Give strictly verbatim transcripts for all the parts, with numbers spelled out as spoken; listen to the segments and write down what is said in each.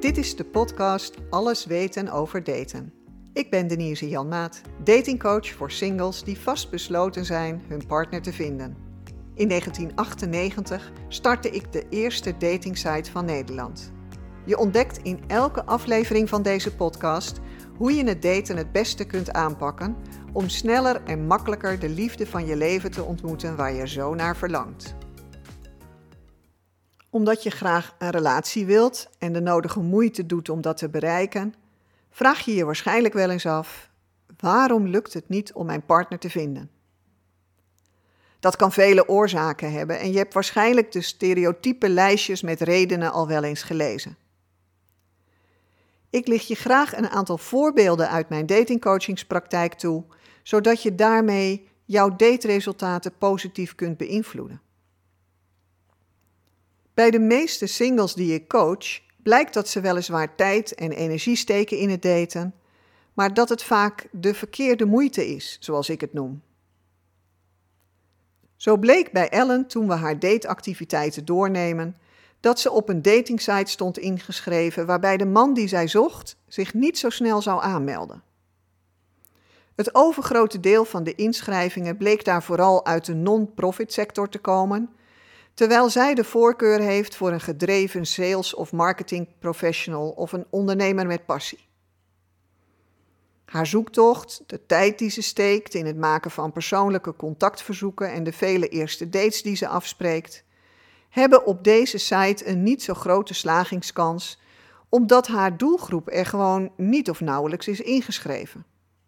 Dit is de podcast Alles weten over daten. Ik ben Denise Janmaat, datingcoach voor singles die vastbesloten zijn hun partner te vinden. In negentien achtennegentig startte ik de eerste datingsite van Nederland. Je ontdekt in elke aflevering van deze podcast hoe je het daten het beste kunt aanpakken om sneller en makkelijker de liefde van je leven te ontmoeten waar je zo naar verlangt. Omdat je graag een relatie wilt en de nodige moeite doet om dat te bereiken, vraag je je waarschijnlijk wel eens af: waarom lukt het niet om mijn partner te vinden? Dat kan vele oorzaken hebben en je hebt waarschijnlijk de stereotype lijstjes met redenen al wel eens gelezen. Ik licht je graag een aantal voorbeelden uit mijn datingcoachingspraktijk toe, zodat je daarmee jouw dateresultaten positief kunt beïnvloeden. Bij de meeste singles die ik coach, blijkt dat ze weliswaar tijd en energie steken in het daten, maar dat het vaak de verkeerde moeite is, zoals ik het noem. Zo bleek bij Ellen, toen we haar dateactiviteiten doornemen, dat ze op een datingsite stond ingeschreven waarbij de man die zij zocht zich niet zo snel zou aanmelden. Het overgrote deel van de inschrijvingen bleek daar vooral uit de non-profit sector te komen, terwijl zij de voorkeur heeft voor een gedreven sales- of marketing professional of een ondernemer met passie. Haar zoektocht, de tijd die ze steekt in het maken van persoonlijke contactverzoeken en de vele eerste dates die ze afspreekt, hebben op deze site een niet zo grote slagingskans, omdat haar doelgroep er gewoon niet of nauwelijks is ingeschreven.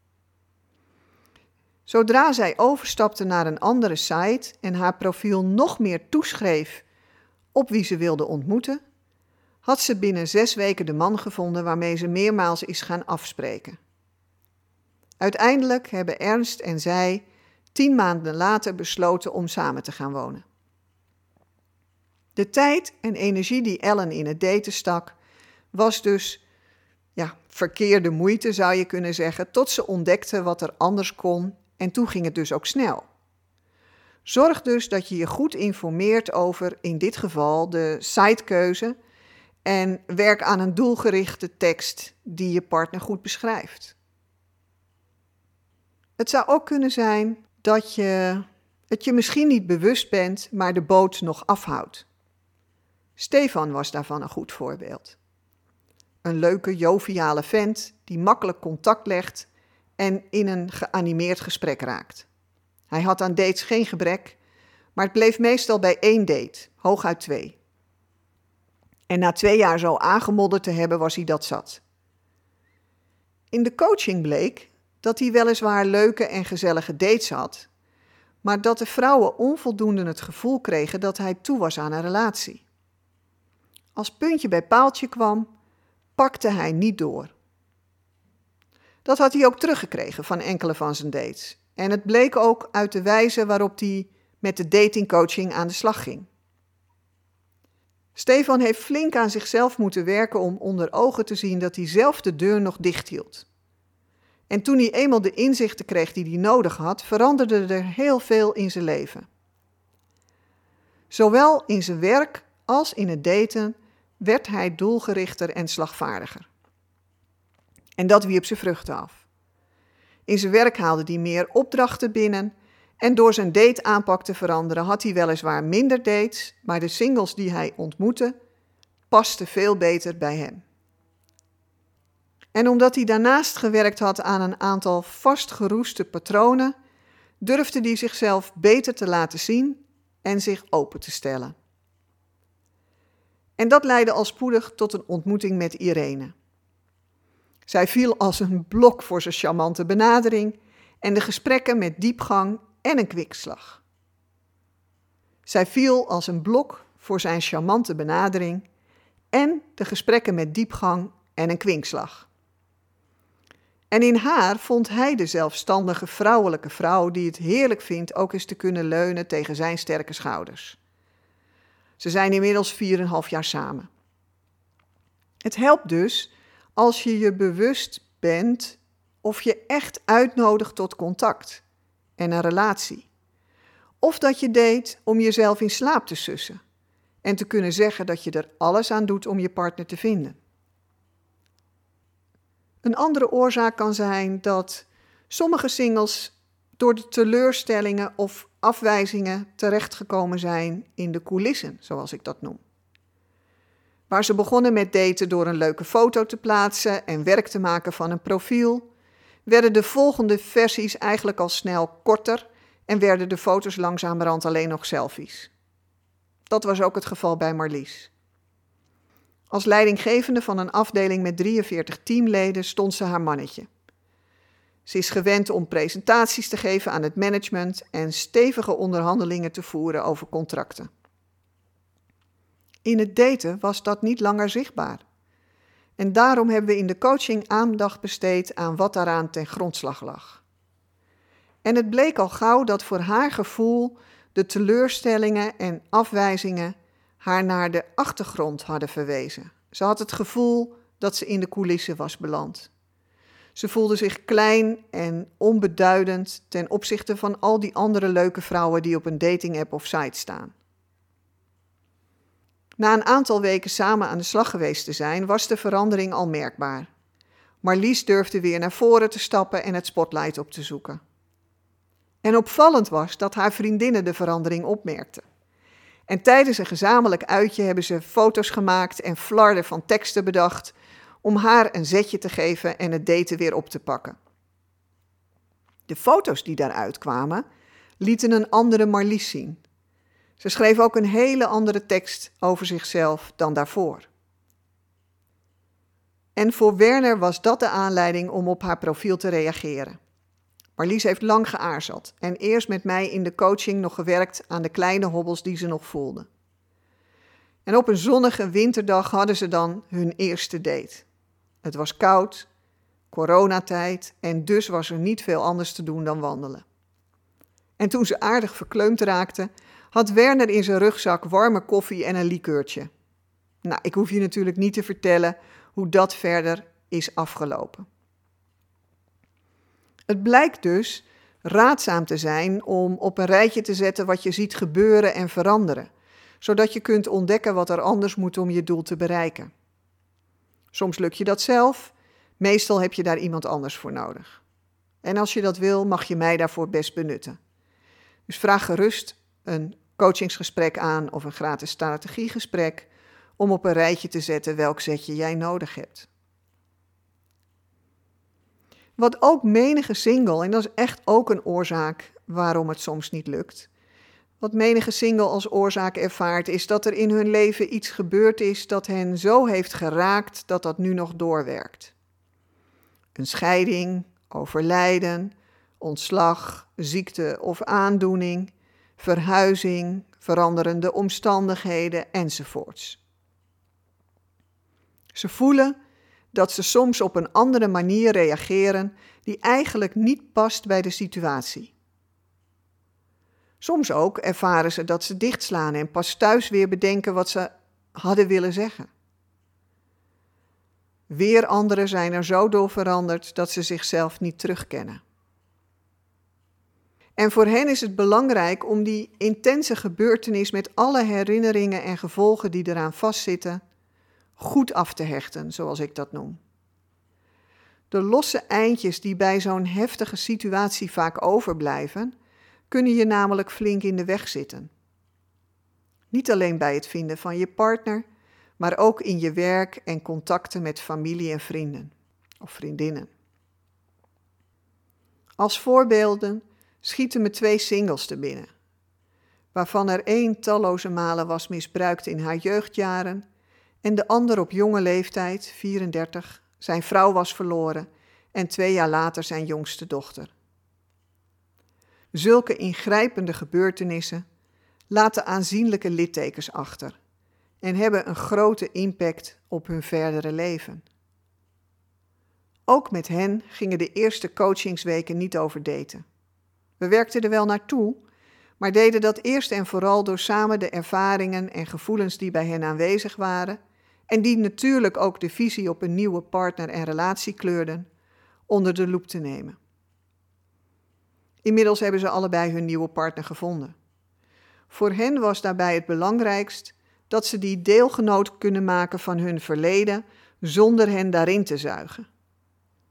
Zodra zij overstapte naar een andere site en haar profiel nog meer toeschreef op wie ze wilde ontmoeten, had ze binnen zes weken de man gevonden waarmee ze meermaals is gaan afspreken. Uiteindelijk hebben Ernst en zij tien maanden later besloten om samen te gaan wonen. De tijd en energie die Ellen in het daten stak, was dus ja, verkeerde moeite zou je kunnen zeggen, tot ze ontdekte wat er anders kon en toen ging het dus ook snel. Zorg dus dat je je goed informeert over, in dit geval, de sitekeuze en werk aan een doelgerichte tekst die je partner goed beschrijft. Het zou ook kunnen zijn dat je het je misschien niet bewust bent, maar de boot nog afhoudt. Stefan was daarvan een goed voorbeeld. Een leuke, joviale vent die makkelijk contact legt en in een geanimeerd gesprek raakt. Hij had aan dates geen gebrek, maar het bleef meestal bij één date, hooguit twee. En na twee jaar zo aangemodderd te hebben, was hij dat zat. In de coaching bleek dat hij weliswaar leuke en gezellige dates had, maar dat de vrouwen onvoldoende het gevoel kregen dat hij toe was aan een relatie. Als puntje bij paaltje kwam, pakte hij niet door. Dat had hij ook teruggekregen van enkele van zijn dates. En het bleek ook uit de wijze waarop hij met de datingcoaching aan de slag ging. Stefan heeft flink aan zichzelf moeten werken om onder ogen te zien dat hij zelf de deur nog dicht hield. En toen hij eenmaal de inzichten kreeg die hij nodig had, veranderde er heel veel in zijn leven. Zowel in zijn werk als in het daten werd hij doelgerichter en slagvaardiger. En dat wierp zijn vruchten af. In zijn werk haalde hij meer opdrachten binnen en door zijn dateaanpak te veranderen had hij weliswaar minder dates, maar de singles die hij ontmoette pasten veel beter bij hem. En omdat hij daarnaast gewerkt had aan een aantal vastgeroeste patronen, durfde hij zichzelf beter te laten zien en zich open te stellen. En dat leidde al spoedig tot een ontmoeting met Irene. Zij viel als een blok voor zijn charmante benadering en de gesprekken met diepgang en een kwikslag. Zij viel als een blok voor zijn charmante benadering en de gesprekken met diepgang en een kwinkslag. En in haar vond hij de zelfstandige vrouwelijke vrouw die het heerlijk vindt ook eens te kunnen leunen tegen zijn sterke schouders. Ze zijn inmiddels vier en een half jaar samen. Het helpt dus als je je bewust bent of je echt uitnodigt tot contact en een relatie. Of dat je date om jezelf in slaap te sussen en te kunnen zeggen dat je er alles aan doet om je partner te vinden. Een andere oorzaak kan zijn dat sommige singles door de teleurstellingen of afwijzingen terechtgekomen zijn in de coulissen, zoals ik dat noem. Waar ze begonnen met daten door een leuke foto te plaatsen en werk te maken van een profiel, werden de volgende versies eigenlijk al snel korter en werden de foto's langzamerhand alleen nog selfies. Dat was ook het geval bij Marlies. Als leidinggevende van een afdeling met drieënveertig teamleden stond ze haar mannetje. Ze is gewend om presentaties te geven aan het management en stevige onderhandelingen te voeren over contracten. In het daten was dat niet langer zichtbaar. En daarom hebben we in de coaching aandacht besteed aan wat daaraan ten grondslag lag. En het bleek al gauw dat voor haar gevoel de teleurstellingen en afwijzingen haar naar de achtergrond hadden verwezen. Ze had het gevoel dat ze in de coulissen was beland. Ze voelde zich klein en onbeduidend ten opzichte van al die andere leuke vrouwen die op een datingapp of site staan. Na een aantal weken samen aan de slag geweest te zijn, was de verandering al merkbaar. Marlies durfde weer naar voren te stappen en het spotlight op te zoeken. En opvallend was dat haar vriendinnen de verandering opmerkten. En tijdens een gezamenlijk uitje hebben ze foto's gemaakt en flarden van teksten bedacht om haar een zetje te geven en het daten weer op te pakken. De foto's die daaruit kwamen, lieten een andere Marlies zien. Ze schreef ook een hele andere tekst over zichzelf dan daarvoor. En voor Werner was dat de aanleiding om op haar profiel te reageren. Marlies heeft lang geaarzeld en eerst met mij in de coaching nog gewerkt aan de kleine hobbels die ze nog voelde. En op een zonnige winterdag hadden ze dan hun eerste date. Het was koud, coronatijd en dus was er niet veel anders te doen dan wandelen. En toen ze aardig verkleumd raakte, had Werner in zijn rugzak warme koffie en een likeurtje. Nou, ik hoef je natuurlijk niet te vertellen hoe dat verder is afgelopen. Het blijkt dus raadzaam te zijn om op een rijtje te zetten wat je ziet gebeuren en veranderen, zodat je kunt ontdekken wat er anders moet om je doel te bereiken. Soms lukt je dat zelf, meestal heb je daar iemand anders voor nodig. En als je dat wil, mag je mij daarvoor best benutten. Dus vraag gerust een coachingsgesprek aan of een gratis strategiegesprek om op een rijtje te zetten welk zetje jij nodig hebt. Wat ook menige single, en dat is echt ook een oorzaak waarom het soms niet lukt, wat menige single als oorzaak ervaart, is dat er in hun leven iets gebeurd is dat hen zo heeft geraakt dat dat nu nog doorwerkt. Een scheiding, overlijden, ontslag, ziekte of aandoening, verhuizing, veranderende omstandigheden enzovoorts. Ze voelen dat ze soms op een andere manier reageren die eigenlijk niet past bij de situatie. Soms ook ervaren ze dat ze dichtslaan en pas thuis weer bedenken wat ze hadden willen zeggen. Weer anderen zijn er zo door veranderd dat ze zichzelf niet terugkennen. En voor hen is het belangrijk om die intense gebeurtenis met alle herinneringen en gevolgen die eraan vastzitten, goed af te hechten, zoals ik dat noem. De losse eindjes die bij zo'n heftige situatie vaak overblijven, kunnen je namelijk flink in de weg zitten. Niet alleen bij het vinden van je partner, maar ook in je werk en contacten met familie en vrienden of vriendinnen. Als voorbeelden schieten me twee singles te binnen, waarvan er één talloze malen was misbruikt in haar jeugdjaren en de ander op jonge leeftijd, vierendertig, zijn vrouw was verloren en twee jaar later zijn jongste dochter. Zulke ingrijpende gebeurtenissen laten aanzienlijke littekens achter en hebben een grote impact op hun verdere leven. Ook met hen gingen de eerste coachingsweken niet over daten. We werkten er wel naartoe, maar deden dat eerst en vooral door samen de ervaringen en gevoelens die bij hen aanwezig waren en die natuurlijk ook de visie op een nieuwe partner en relatie kleurden, onder de loep te nemen. Inmiddels hebben ze allebei hun nieuwe partner gevonden. Voor hen was daarbij het belangrijkst dat ze die deelgenoot kunnen maken van hun verleden zonder hen daarin te zuigen.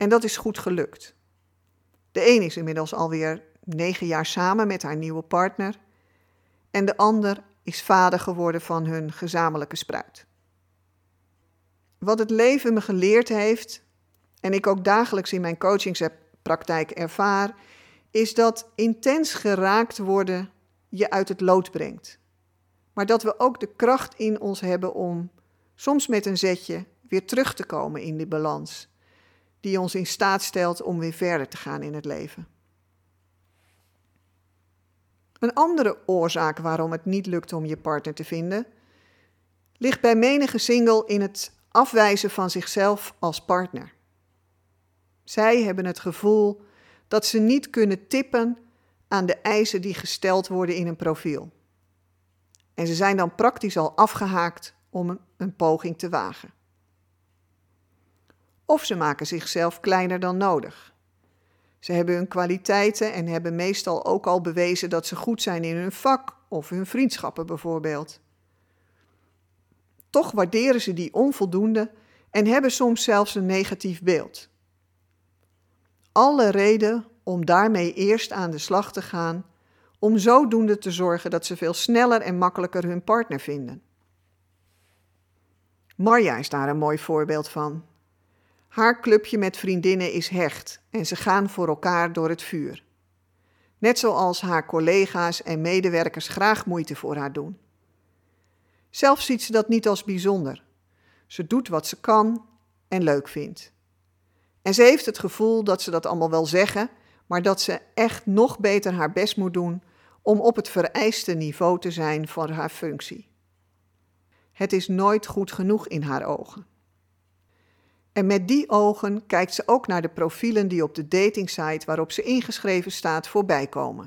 En dat is goed gelukt. De een is inmiddels alweer negen jaar samen met haar nieuwe partner en de ander is vader geworden van hun gezamenlijke spruit. Wat het leven me geleerd heeft, en ik ook dagelijks in mijn coachingspraktijk ervaar, is dat intens geraakt worden je uit het lood brengt. Maar dat we ook de kracht in ons hebben om soms met een zetje weer terug te komen in die balans, die ons in staat stelt om weer verder te gaan in het leven. Een andere oorzaak waarom het niet lukt om je partner te vinden, ligt bij menige single in het afwijzen van zichzelf als partner. Zij hebben het gevoel dat ze niet kunnen tippen aan de eisen die gesteld worden in een profiel. En ze zijn dan praktisch al afgehaakt om een, een poging te wagen. Of ze maken zichzelf kleiner dan nodig. Ze hebben hun kwaliteiten en hebben meestal ook al bewezen dat ze goed zijn in hun vak of hun vriendschappen bijvoorbeeld. Toch waarderen ze die onvoldoende en hebben soms zelfs een negatief beeld. Alle reden om daarmee eerst aan de slag te gaan, om zodoende te zorgen dat ze veel sneller en makkelijker hun partner vinden. Marja is daar een mooi voorbeeld van. Haar clubje met vriendinnen is hecht en ze gaan voor elkaar door het vuur. Net zoals haar collega's en medewerkers graag moeite voor haar doen. Zelf ziet ze dat niet als bijzonder. Ze doet wat ze kan en leuk vindt. En ze heeft het gevoel dat ze dat allemaal wel zeggen, maar dat ze echt nog beter haar best moet doen om op het vereiste niveau te zijn voor haar functie. Het is nooit goed genoeg in haar ogen. En met die ogen kijkt ze ook naar de profielen die op de datingsite waarop ze ingeschreven staat voorbij komen.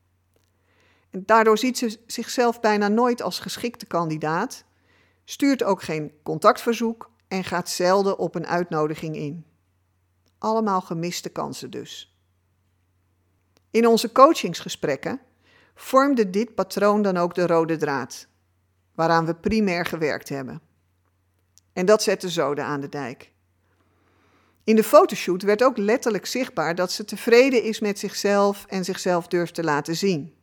En daardoor ziet ze zichzelf bijna nooit als geschikte kandidaat, stuurt ook geen contactverzoek en gaat zelden op een uitnodiging in. Allemaal gemiste kansen dus. In onze coachingsgesprekken vormde dit patroon dan ook de rode draad, waaraan we primair gewerkt hebben. En dat zette zoden aan de dijk. In de fotoshoot werd ook letterlijk zichtbaar dat ze tevreden is met zichzelf en zichzelf durft te laten zien.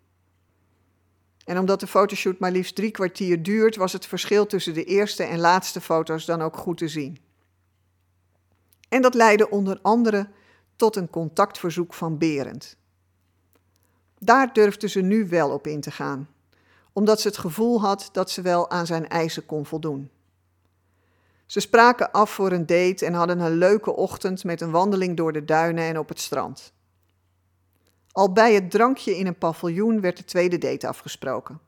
En omdat de fotoshoot maar liefst drie kwartier duurt, was het verschil tussen de eerste en laatste foto's dan ook goed te zien. En dat leidde onder andere tot een contactverzoek van Berend. Daar durfde ze nu wel op in te gaan, omdat ze het gevoel had dat ze wel aan zijn eisen kon voldoen. Ze spraken af voor een date en hadden een leuke ochtend met een wandeling door de duinen en op het strand. Al bij het drankje in een paviljoen werd de tweede date afgesproken.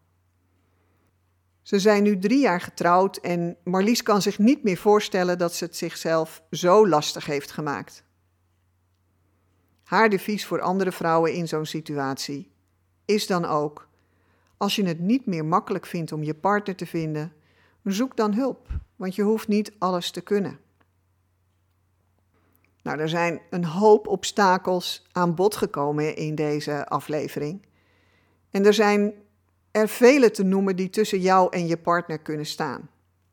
Ze zijn nu drie jaar getrouwd en Marlies kan zich niet meer voorstellen dat ze het zichzelf zo lastig heeft gemaakt. Haar devies voor andere vrouwen in zo'n situatie is dan ook: als je het niet meer makkelijk vindt om je partner te vinden, zoek dan hulp, want je hoeft niet alles te kunnen. Nou, er zijn een hoop obstakels aan bod gekomen in deze aflevering. En er zijn er vele te noemen die tussen jou en je partner kunnen staan.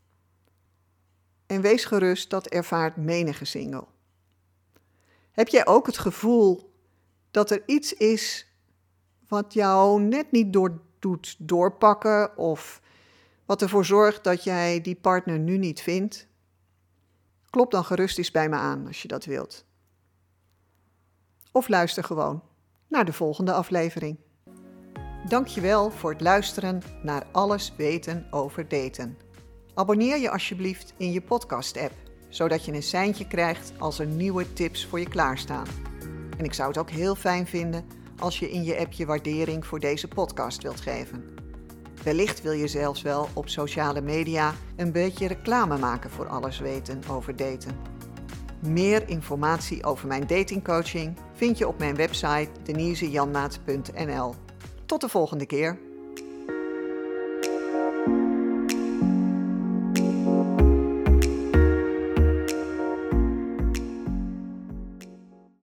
En wees gerust, dat ervaart menige single. Heb jij ook het gevoel dat er iets is wat jou net niet door, doet doorpakken of wat ervoor zorgt dat jij die partner nu niet vindt? Klop dan gerust eens bij me aan als je dat wilt. Of luister gewoon naar de volgende aflevering. Dankjewel voor het luisteren naar Alles weten over daten. Abonneer je alsjeblieft in je podcast-app, zodat je een seintje krijgt als er nieuwe tips voor je klaarstaan. En ik zou het ook heel fijn vinden als je in je app je waardering voor deze podcast wilt geven. Wellicht wil je zelfs wel op sociale media een beetje reclame maken voor Alles weten over daten. Meer informatie over mijn datingcoaching vind je op mijn website denise janmaat punt n l. Tot de volgende keer.